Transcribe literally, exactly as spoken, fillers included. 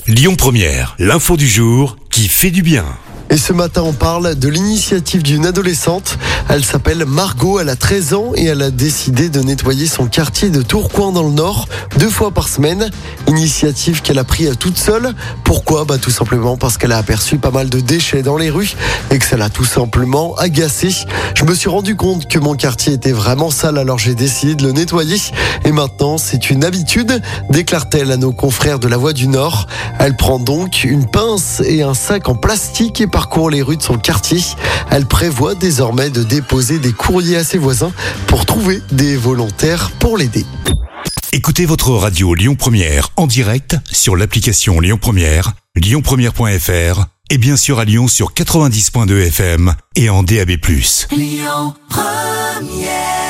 Lyon Première, l'info du jour qui fait du bien. Et ce matin, on parle de l'initiative d'une adolescente. Elle s'appelle Margot, elle a treize ans et elle a décidé de nettoyer son quartier de Tourcoing dans le Nord deux fois par semaine. Initiative qu'elle a prise toute seule. Pourquoi ? Bah, tout simplement parce qu'elle a aperçu pas mal de déchets dans les rues et que ça l'a tout simplement agacée. Je me suis rendu compte que mon quartier était vraiment sale, alors j'ai décidé de le nettoyer. Et maintenant, c'est une habitude, déclare-t-elle à nos confrères de La Voix du Nord. Elle prend donc une pince et un sac en plastique et parcourt les rues de son quartier. Elle prévoit désormais de déposer des courriers à ses voisins pour trouver des volontaires pour l'aider. Écoutez votre radio Lyon Première en direct sur l'application Lyon Première, lyon première point f r et bien sûr à Lyon sur quatre-vingt-dix point deux F M et en D A B plus. Lyon Première.